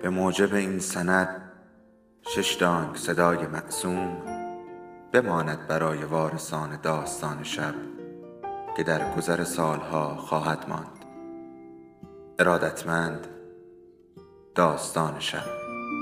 به موجب این سند 6 دانگ صدای معصوم بماند برای وارثان داستان شب که در گذر سالها خواهد ماند. ارادتمند، داستان شب.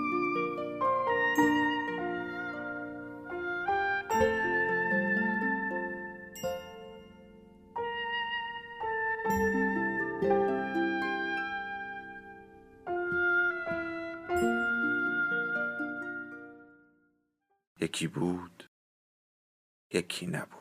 یکی بود، یکی نبود.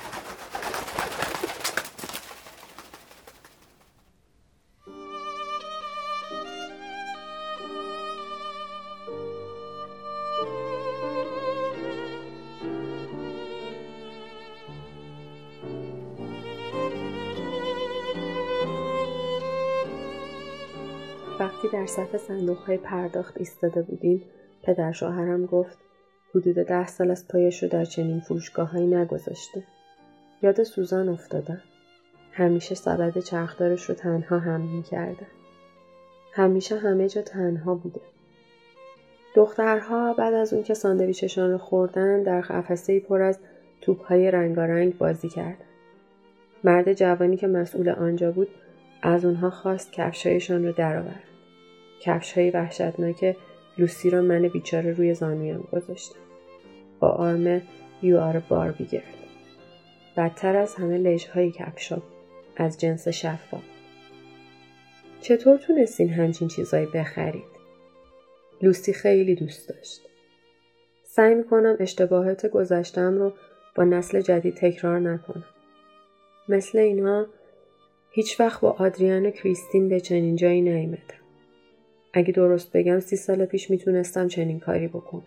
وقتی در صف صندوق‌های پرداخت ایستاده بودیم، پدر شوهرم گفت حدود 10 سال از پایش رو در چنین فروشگاه‌هایی نگذاشته. یاد سوزان افتادم. همیشه سبد چرخدارش رو تنها حمل می‌کرده. همیشه همه جا تنها بوده. دخترها بعد از اون که ساندویچشان رو خوردن در قفسه‌ای پر از توپ‌های رنگارنگ بازی کردن. مرد جوانی که مسئول آنجا بود از اونها خواست کفش‌هایشان رو درآورند. کفش‌های وحشتناک لوسی را من بیچاره روی زانویم گذاشتم. با آرم یو آر باربی گرد. بدتر از همه لژهای کفشا بود. از جنس شفاف. چطور تونستین همچین چیزایی بخرید؟ لوسی خیلی دوست داشت. سعی میکنم اشتباهات گذشتم رو با نسل جدید تکرار نکنم. مثل اینا هیچ وقت با آدریان و کریستین به چنین جایی نیامدم. اگه درست بگم 30 سال پیش میتونستم چنین کاری بکنم.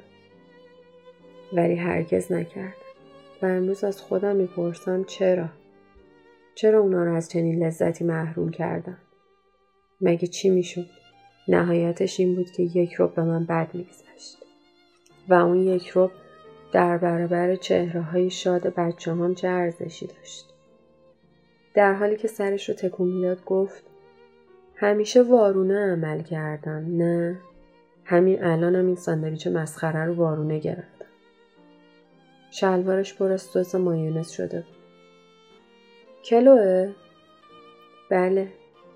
ولی هرگز نکردم. و امروز از خودم میپرسم چرا؟ چرا اونا رو از چنین لذتی محروم کردم؟ مگه چی میشد؟ نهایتش این بود که 1 ربع به من بد میگذشت. و اون 1 ربع در برابر چهره‌های شاد بچه‌هام چه ارزشی داشت؟ در حالی که سرش رو تکون میداد گفت همیشه وارونه عمل کردم، نه؟ همین الانم این ساندویچ مسخره رو وارونه گرفتم. شلوارش پر از سس مایونز شده بود. کلوه؟ بله.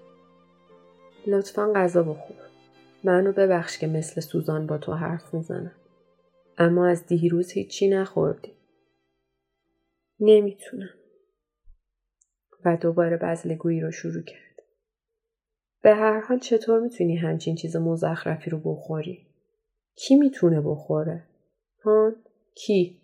لطفاً غذا بخور. منو ببخش که مثل سوزان با تو حرف میزنم. اما از دیروز هیچی نخوردی. نمیتونم. و دوباره بزلگویی رو شروع کرد. به هر حال چطور میتونی همچین چیز مزخرفی رو بخوری؟ کی میتونه بخوره؟ هان؟ کی؟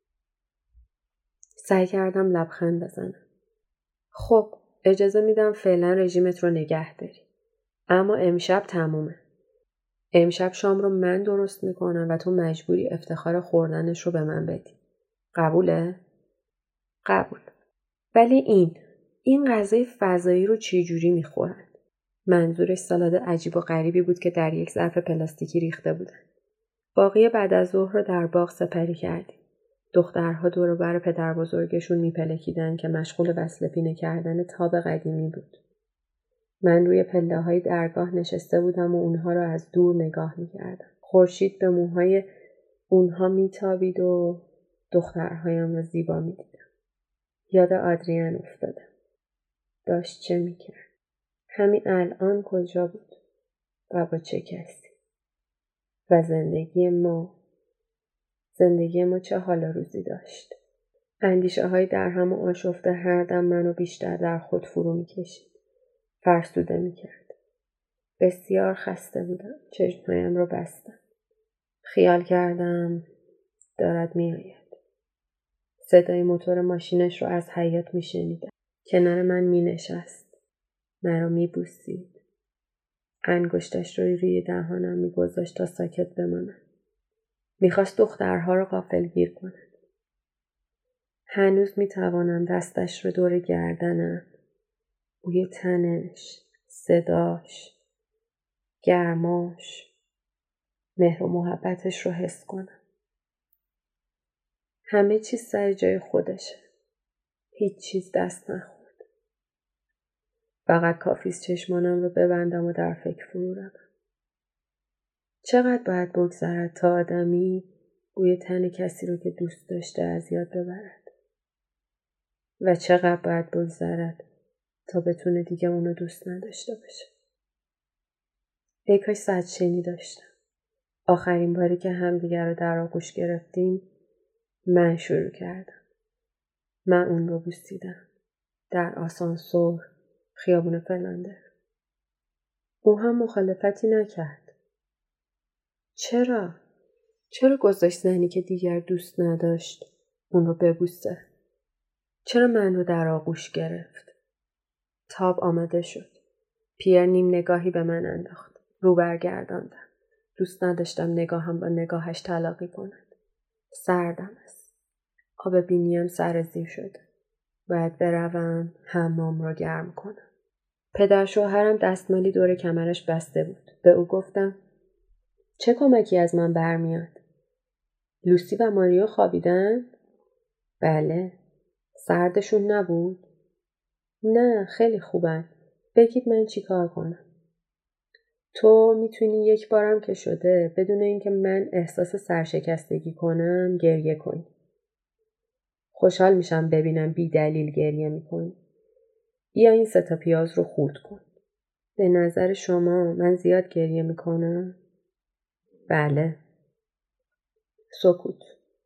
سعی کردم لبخند بزنم. خب، اجازه میدم فعلا رژیمت رو نگه داری. اما امشب تمومه. امشب شام رو من درست میکنم و تو مجبوری افتخار خوردنش رو به من بدی. قبوله؟ قبول. ولی این غذای فضایی رو چی جوری میخورن؟ منظورش سالاد عجیب و غریبی بود که در یک ظرف پلاستیکی ریخته بودن. باقی بعد از ظهر رو در باغ سپری کردیم. دخترها دور و بر پدر بزرگشون میپلکیدن که مشغول وصله پینه کردن تاب قدیمی بود. من روی پله‌های درگاه نشسته بودم و اونها رو از دور نگاه میکردم. خورشید به موهای اونها میتابید و دخترهایم رو زیبا میدیدم. یاد آدریان افتادم. داشت چه میکرد؟ همین الان کجا بود؟ و با چه کسی؟ و زندگی ما چه حال روزی داشت؟ اندیشه های در هم آشفته هر دم منو بیشتر در خود فرو میکشید. فرسوده میکرد. بسیار خسته بودم. چشمهایم رو بستم. خیال کردم دارد میآید. صدای موتور ماشینش رو از حیاط میشنیدم. کنار من مینشست. مرا میبوسید. انگشتش رو روی دهانم میگذاشت تا ساکت بمانم. میخواست دخترها رو غافلگیر کند. هنوز میتوانم دستش رو دور گردنم، بوی تنش، صداش، گرماش، مهر و محبتش رو حس کنم. همه چیز سر جای خودشه. هیچ چیز دست نخورد. فقط کافیست چشمانم رو ببندم و در فکر فرو روم. چقدر باید بگذرد تا آدمی بوی تن کسی رو که دوست داشته از یاد ببرد؟ و چقدر باید بگذرد تا بتونه دیگه اونو دوست نداشته باشه؟ ای کاش صدشنی داشتم. آخرین باری که همدیگر رو در آغوش گرفتیم من شروع کردم. من اون رو بوسیدم. در آسانسور، خیابون فلاندر. او هم مخالفتی نکرد. چرا؟ چرا گذاشت زنی که دیگر دوست نداشت اون رو ببوسه؟ چرا من رو در آغوش گرفت؟ تاب آمده شد. پیر نیم نگاهی به من انداخت. رو برگرداندم. دوست نداشتم نگاهم با نگاهش تلاقی کند. سردم است. آب بینیم سرازیر شده. باید بروم حمام را گرم کنم. پدر شوهرم دستمالی دور کمرش بسته بود. به او گفتم چه کمکی از من برمیاد؟ لوسی و ماریو خوابیدن؟ بله. سردشون نبود؟ نه خیلی خوبن. بگید من چی کار کنم؟ تو میتونی یک بارم که شده بدون اینکه من احساس سرشکستگی کنم گریه کنی. خوشحال میشم ببینم بی دلیل گریه میکنی. بیا این 3 پیاز رو خورد کن. به نظر شما من زیاد گریه میکنم؟ بله. سکوت.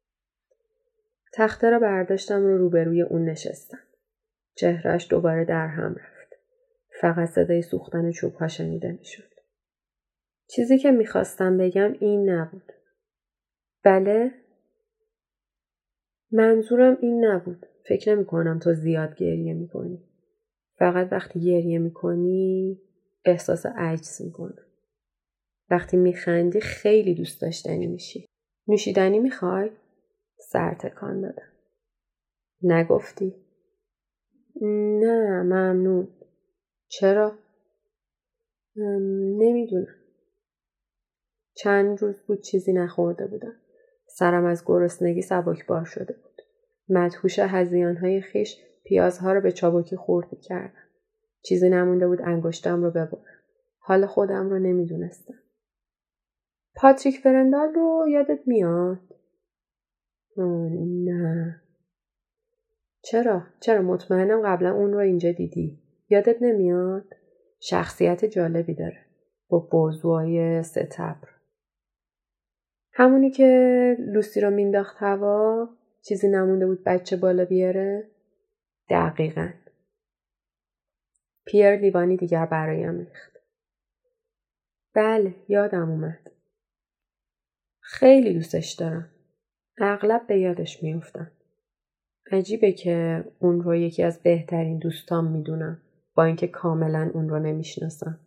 تخته را برداشتم و روبروی اون نشستم. چهرهش دوباره در هم رفت. فقط صدای سوختن چوب‌ها شنیده میشد. چیزی که میخواستم بگم این نبود. بله؟ منظورم این نبود. فکر نمی کنم تو زیاد گریه میکنی. فقط وقتی گریه میکنی احساس عجز میکنی. وقتی میخندی خیلی دوست داشتنی میشی. نوشیدنی میخوای؟ سر تکان دادم. نگفتی؟ نه ممنون. چرا؟ نمیدونم. چند روز بود چیزی نخورده بودم. سرم از گرسنگی سبکبار شده بود. مدهوش هذیان‌های خویش پیازها رو به چابکی خورد می‌کردم. چیزی نمونده بود انگشتم رو ببرم. حال خودم رو نمیدونستم. پاتریک فرندال رو یادت میاد؟ نه. چرا مطمئنم قبلا اون رو اینجا دیدی. یادت نمیاد؟ شخصیت جالبی داره. با بازوهای 3 ابر. همونی که لوسی رو مینداخت هوا، چیزی نمونده بود بچه بالا بیاره؟ دقیقاً. پیر لیوانی دیگر برایم ریخت. بله، یادم اومد. خیلی دوستش دارم. اغلب به یادش میافتم. عجیبه که اون رو یکی از بهترین دوستام میدونم، با اینکه کاملا اون رو نمیشناسم.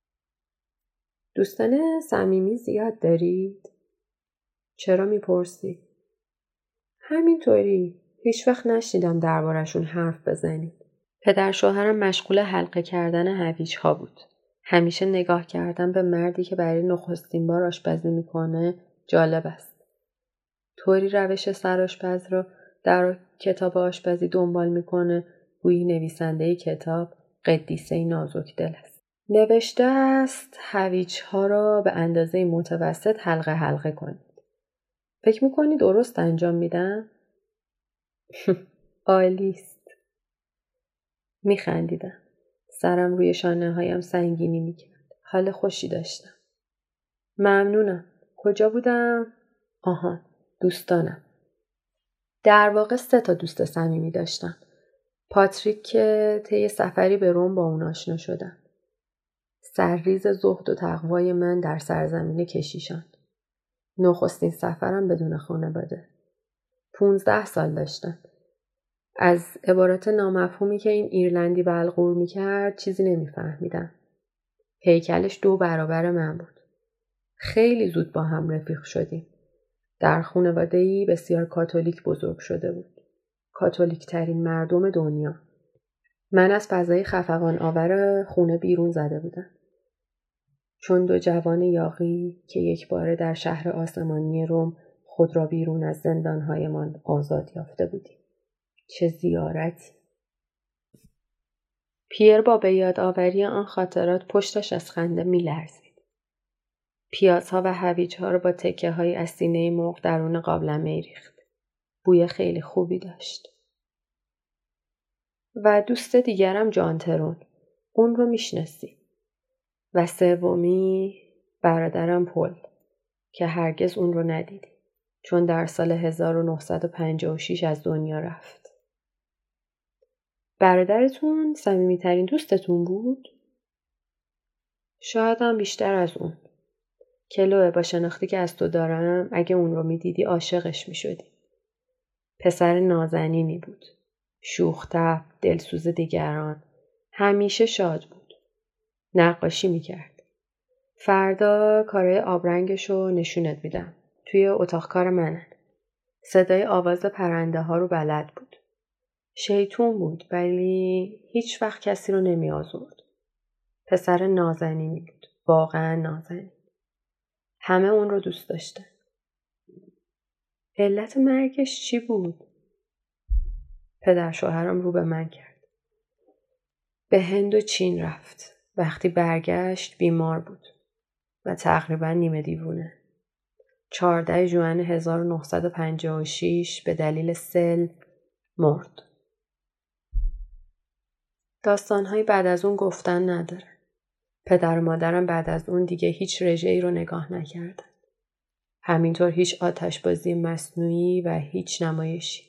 دوستان صمیمی زیاد دارید؟ چرا میپرسی؟ همینطوری. هیچ وقت نشنیدم دربارشون حرف بزنید. پدر شوهرم مشغول حلقه کردن هویج ها بود. همیشه نگاه کردن به مردی که برای نخستین بار آشپزی میکنه جالب است. طوری روش سرآشپز رو در کتاب آشپزی دنبال میکنه گویی نویسنده کتاب قدیسه نازک دل است. نوشته است هویج ها را به اندازه متوسط حلقه حلقه کنید. فکر میکنی درست انجام میدم؟ عالیست. میخندیدم. سرم روی شانه هایم سنگینی میکرد. حال خوشی داشتم. ممنونم. کجا بودم؟ آها، دوستانم. در واقع 3 دوست صمیمی داشتم. پاتریک که طی سفری به روم با اون آشنا شدم. سرریز زهد و تقوای من در سرزمین کشیشان. نخستین سفرم بدون خانواده. 15 سال داشتم. از عبارت نامفهومی که این ایرلندی بلغور میکرد چیزی نمیفهمیدم. هیکلش 2 برابر من بود. خیلی زود با هم رفیق شدیم. در خانواده‌ای بسیار کاتولیک بزرگ شده بود. کاتولیک ترین مردم دنیا. من از فضای خفقان آور خونه بیرون زده بودم. چون 2 جوان یاغی که یک باره در شهر آسمانی روم خود را بیرون از زندانهایمان آزاد یافته بودیم. چه زیارتی! پیر با به یاد آوری آن خاطرات پشتش از خنده می لرزید. پیازها و هویج‌ها رو با تکه‌هایی از سینه مرغ درون قابلمه ریخت. بوی خیلی خوبی داشت. و دوست دیگرم جان ترون. اون رو میشناسی. و سومی برادرم پل که هرگز اون رو ندیدی. چون در سال 1956 از دنیا رفت. برادرتون صمیمی‌ترین دوستتون بود؟ شاید هم بیشتر از اون. کلوه، با شناختی که از تو دارم اگه اون رو میدیدی عاشقش میشدی. پسر نازنینی بود. شوخ‌طبع، دلسوز دیگران. همیشه شاد بود. نقاشی میکرد. فردا کارهای آبرنگشو نشونت میدم. توی اتاق کار منن. صدای آواز پرنده ها رو بلد بود. شیطون بود ولی هیچ وقت کسی رو نمی آزرد. پسر نازنینی بود. واقعا نازنین. همه اون رو دوست داشتن. علت مرگش چی بود؟ پدر شوهرم رو به من کرد. به هند و چین رفت. وقتی برگشت بیمار بود و تقریبا نیمه دیوونه. 14 ژوئن 1956 به دلیل سل مرد. داستان‌های بعد از اون گفتن نداره. پدر و مادرم بعد از اون دیگه هیچ رژه‌ای رو نگاه نکردن. همینطور هیچ آتشبازی مصنوعی و هیچ نمایشی.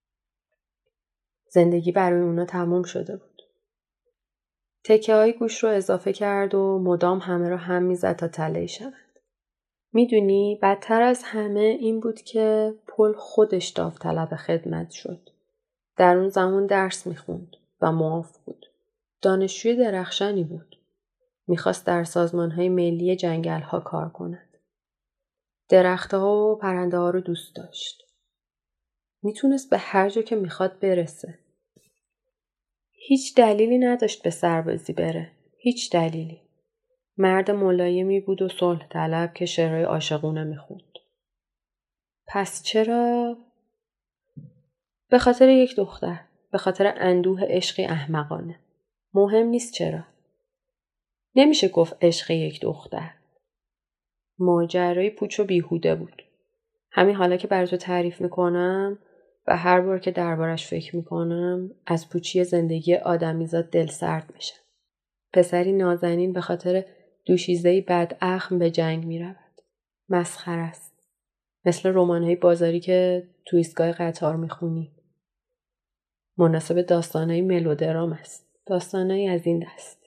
زندگی برای اونا تموم شده بود. تکه‌های گوش رو اضافه کرد و مدام همه رو هم میزد تا تله‌ای شود. میدونی بدتر از همه این بود که پل خودش داوطلب خدمت شد. در اون زمان درس میخوند و معاف بود. دانشجوی درخشانی بود. میخواست در سازمانهای ملی جنگل‌ها کار کند. درخت‌ها و پرنده‌ها رو دوست داشت. میتونست به هر جا که میخواد برسه. هیچ دلیلی نداشت به سربازی بره. هیچ دلیلی. مرد ملایمی بود و صلح طلب که شعرهای عاشقونه میخوند. پس چرا؟ به خاطر یک دختر. به خاطر اندوه عشقی احمقانه. مهم نیست چرا. نمیشه گفت عشق یک دختر. ماجرای پوچ و بیهوده بود. همین حالا که برای تو تعریف میکنم و هر بار که دربارش فکر میکنم از پوچی زندگی آدمیزاد دل سرد میشم. پسری نازنین به خاطر دوشیزه‌ای بد اخم به جنگ میرود. مسخره است. مثل رمان‌های بازاری که تو ایستگاه قطار میخونی. مناسب داستان‌های ملودرام است. داستان‌هایی از این دست.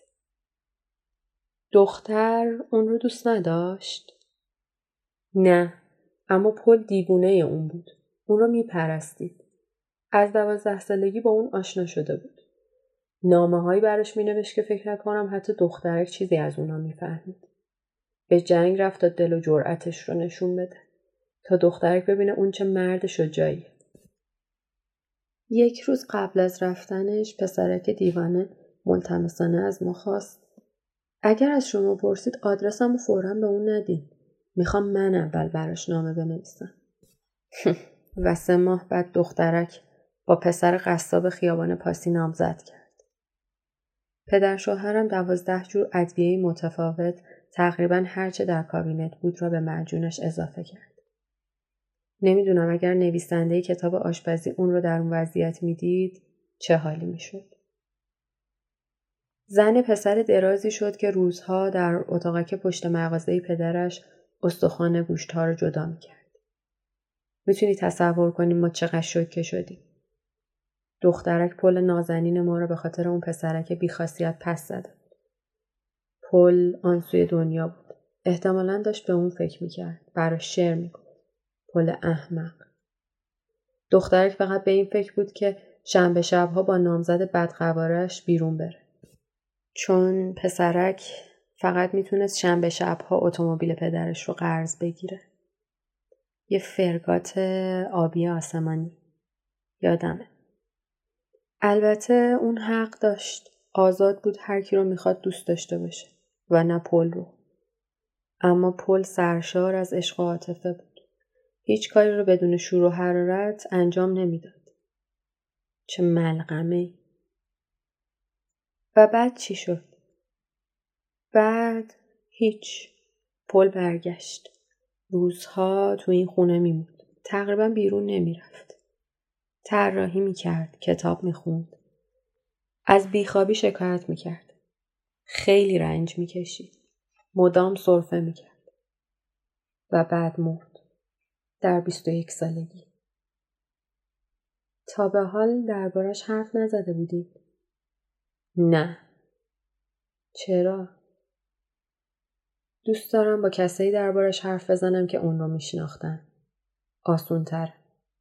دختر اون رو دوست نداشت؟ نه. اما پل دیوونه اون بود. اون رو میپرستید. از 12 سالگی با اون آشنا شده بود. نامه‌هایی براش مینوشت که فکر نکنم حتی دخترک چیزی از اونا میفهمید. به جنگ رفت تا دل و جرأتش رو نشون بده. تا دخترک ببینه اون چه مرد شجاعیه. یک روز قبل از رفتنش پسرک دیوانه ملتمسانه از ما خواست. اگر از شما پرسید آدرسمو فوراً به اون ندین. میخوام من اول براش نامه بنویسم. و 3 ماه بعد دخترک با پسر قصاب خیابان پاسی نامزد کرد. پدر شوهرم 12 جور ادویه متفاوت تقریباً هرچه در کابینت بود را به معجونش اضافه کرد. نمیدونم اگر نویسنده کتاب آشپزی اون رو در اون وضعیت میدید چه حالی میشد. زن پسر درازی شد که روزها در اتاقک پشت مغازه پدرش استخوان گوشت‌ها رو جدا میکرد. میتونی تصور کنی ما چقدر شوکه شدیم. دخترک پل نازنین ما رو به خاطر اون پسرک بیخاصیت پس زده. پل آن سوی دنیا بود. احتمالاً داشت به اون فکر میکرد. براش شعر میگفت. پل احمق. دخترک فقط به این فکر بود که شنبه شبها با نامزد بدقوارش بیرون بره. چون پسرک فقط میتونست شنبه شبها اتومبیل پدرش رو قرض بگیره. یه فرگات آبی آسمانی. یادمه. البته اون حق داشت. آزاد بود هر کی رو میخواد دوست داشته باشه و نه پل رو. اما پل سرشار از عشق و عاطفه بود. هیچ کاری رو بدون شور و حرارت انجام نمیداد. چه ملغمه‌ای. و بعد چی شد؟ بعد هیچ. پل برگشت. روزها تو این خونه میموند. تقریبا بیرون نمیرفت. طراحی میکرد، کتاب میخوند. از بیخوابی شکایت میکرد. خیلی رنج میکشید. مدام سرفه میکرد. و بعد مرد. در 21 سالگی. تا به حال دربارش حرف نزده بودید؟ نه. چرا؟ دوست دارم با کسایی دربارش حرف بزنم که اون رو میشناختن. آسون‌تر.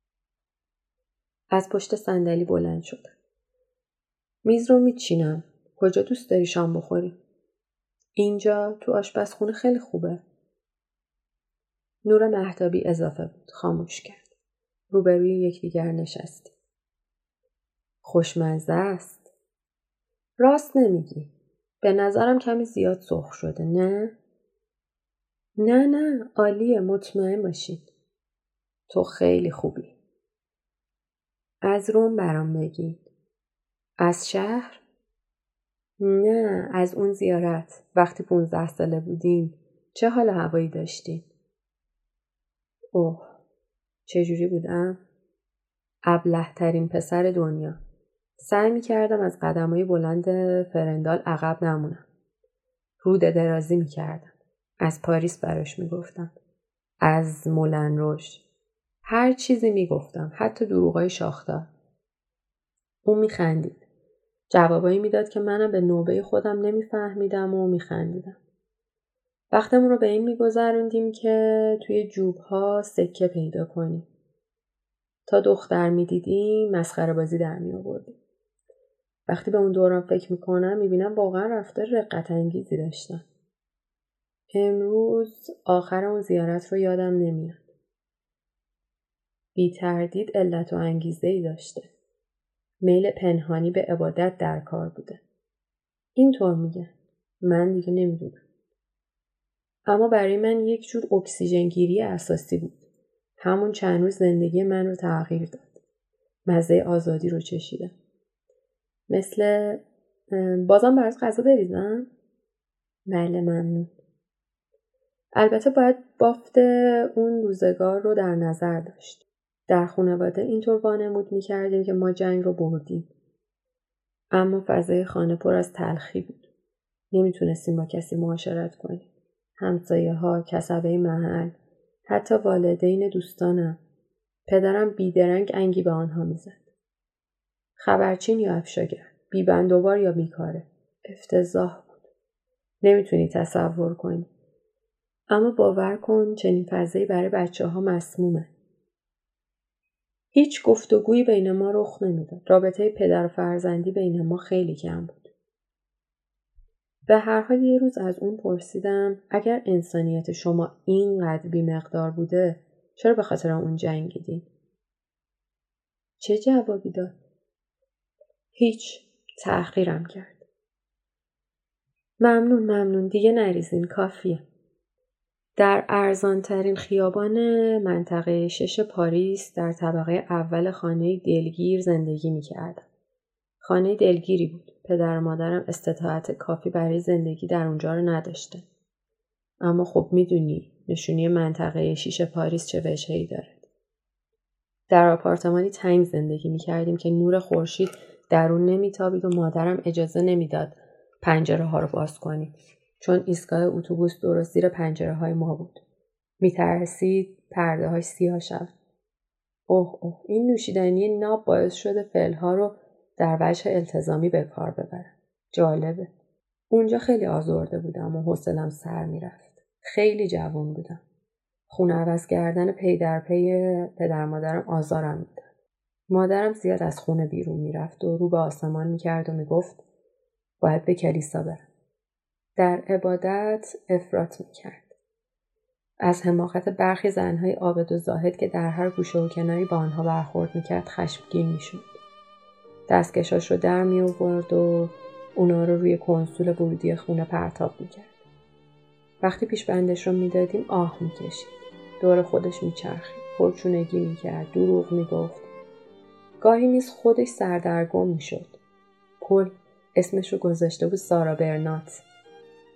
از پشت صندلی بلند شدم. میز رو میچینم. کجا دوست داری شام بخوری؟ اینجا تو آشپزخونه خیلی خوبه. نور مهتابی اضافه بود. خاموش کرد. روبروی یکدیگر نشستیم. خوشمزه است. راست نمیگی. به نظرم کمی زیاد سرخ شده، نه؟ نه عالیه، مطمئن باشید. تو خیلی خوبی. از روم برام بگید. از شهر؟ نه، از اون زیارت. وقتی 15 ساله بودیم چه حال هوایی داشتیم؟ اوه، چجوری بودم؟ ابله‌ترین پسر دنیا. سعی می‌کردم از قدم‌های بلند فرندال عقب نمونم. روده درازی می‌کردم. از پاریس براش می‌گفتم. از مولن روش. هر چیزی می‌گفتم، حتی دروغای شاخدار. اون می‌خندید. جوابایی میداد که منم به نوبه خودم نمی‌فهمیدم و می‌خندیدم. وقتمون رو به این می‌گذروندیم که توی جوب‌ها سکه پیدا کنیم. تا دختر می‌دیدیم مسخره بازی در می‌آوردیم. وقتی به اون دوران فکر می‌کنم می‌بینم واقعا رفتار رقت انگیزی داشتم. امروز آخر اون زیارت رو یادم نمیاد. بی تردید علت و انگیزه‌ای داشته. میل پنهانی به عبادت در کار بوده. اینطور میگه. من دیگه نمیدونم. اما برای من یک جور اکسیژن گیری اساسی بود. همون چند روز زندگی من رو تغییر داد. مزه آزادی رو چشیدم. مثل بازم برات غذا بریزم؟ بله ممنون. البته باید بافت اون روزگار رو در نظر داشت. در خانواده اینطور وانمود می‌کردیم که ما جنگ رو بردیم. اما فضای خانه پر از تلخی بود. نمیتونستیم با کسی معاشرت کنیم. همسایه‌ها، کسبه محل، حتی والدین دوستانم. پدرم بیدرنگ انگی به آنها میزد. خبرچین یا افشاگر، بی‌بندوبار یا بیکاره. افتضاح بود. نمیتونی تصور کنی. اما باور کن چنین فضایی برای بچه‌ها مسمومه. هیچ گفتگویی بین ما رخ نمیداد. رابطه پدر و فرزندی بین ما خیلی کم بود. به هر حال یه روز از اون پرسیدم اگر انسانیت شما اینقدر بی‌مقدار بوده چرا به خاطر اون جنگیدین؟ چه جوابی داد؟ هیچ. تأخیرم کرد. ممنون دیگه نریزین کافیه. در ارزانترین خیابان منطقه 6 پاریس در طبقه اول خانه دلگیر زندگی می‌کردم. خانه دلگیری بود. پدر و مادرم استطاعت کافی برای زندگی در اونجا رو نداشته. اما خب میدونی نشونی منطقه 6 پاریس چه وجهی داره. در آپارتمانی تنگ زندگی می‌کردیم که نور خورشید درون نمیتابید و مادرم اجازه نمیداد پنجره‌ها رو باز کنیم. چون ایستگاه اتوبوس درست زیر پنجره‌های ما بود. میترسید پرده‌هاش سیاه شود. اوه این نوشیدنی ناب باعث شده فعل‌ها رو در وجه التزامی به کار ببرم. جالبه. اونجا خیلی آزرده بودم و حوصله‌ام سر میرفت. خیلی جوان بودم. خونه عوض کردن پی در پی پدر مادرم آزارم میداد. مادرم زیاد از خونه بیرون میرفت و رو به آسمان میکرد و میگفت باید به کلیسا برم. در عبادت افراط میکرد. از حماقت برخی زنهای عابد و زاهد که در هر گوشه و کناری با آنها برخورد میکرد خشمگین میشد. دستکشاش رو در میآورد و اونا رو روی کنسول ورودی خونه پرتاب میکرد. وقتی پیش بندش رو میدادیم آه میکشید. دور خودش میچرخید. پرچونگی میکرد. دروغ میگفت. گاهی نیز خودش سردرگم میشد. پل اسمش رو گذاشته بود سارا برنات.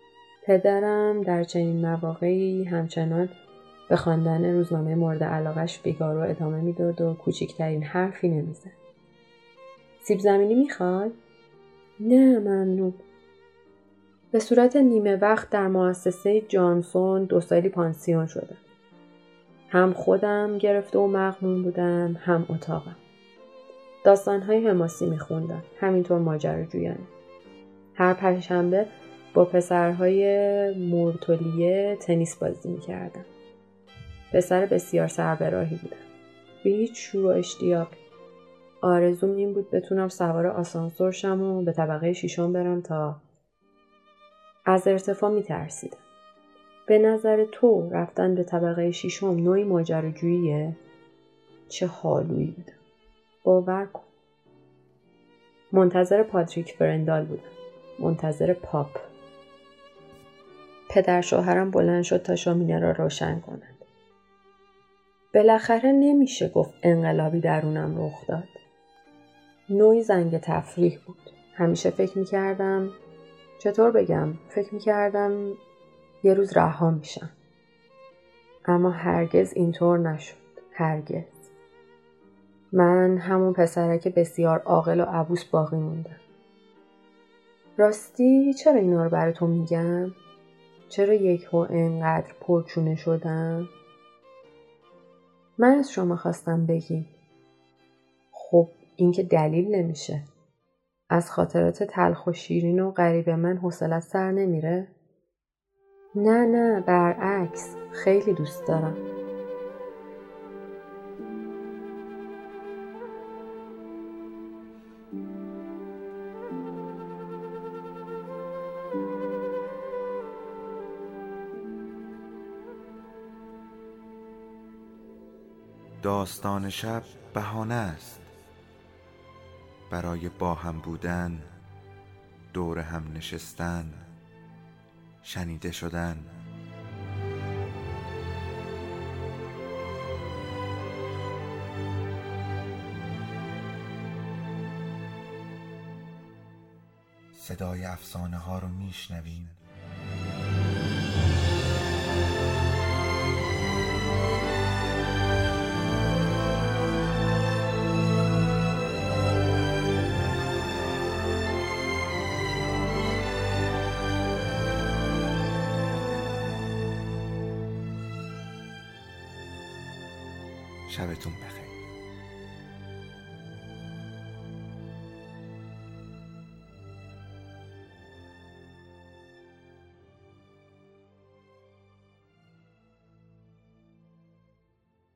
پدرم در چنین مواقعی همچنان به خواندن روزنامه مورد علاقش بیگار و ادامه میداد و کوچکترین حرفی نمیزد. سیب زمینی میخوای؟ نه ممنون. به صورت نیمه وقت در مؤسسه جانسون 2 سالی پانسیون شدم. هم خودم گرفته و مغموم بودم، هم اتاقم. داستان‌های حماسی میخوندم، همینطور ماجراجویانه. هر پنجشنبه با پسرهای مورتولیه تنیس بازی میکردم. پسر بسیار سربراهی بودم. به هیچ شور و اشتیاقی. آرزوم این بود بتونم سوار آسانسور شم و به طبقه 6 برم تا از ارتفاع میترسیدم. به نظر تو رفتن به طبقه 6 نوعی ماجراجوییه؟ چه حالویی بودم. باور کن. منتظر پاتریک برندال بودم. منتظر پاپ. پدر شوهرم بلند شد تا شومینه را روشن کند. بالاخره نمیشه گفت انقلابی درونم رخ داد. نوعی زنگ تفریح بود. همیشه فکر میکردم یه روز رها میشم. اما هرگز اینطور نشد. هرگز. من همون پسرک بسیار عاقل و عبوس باقی موندم. راستی چرا اینا رو براتون میگم؟ چرا یکهو انقدر پرچونه شدم؟ من از شما خواستم بگی. خب این که دلیل نمیشه. از خاطرات تلخ و شیرین و غریب من حوصله‌ات سر نمیره؟ نه برعکس. خیلی دوست دارم. داستان شب بهانه است برای با هم بودن، دور هم نشستن، شنیده شدن. صدای افسانه ها رو میشنویم. شبتون بخیر.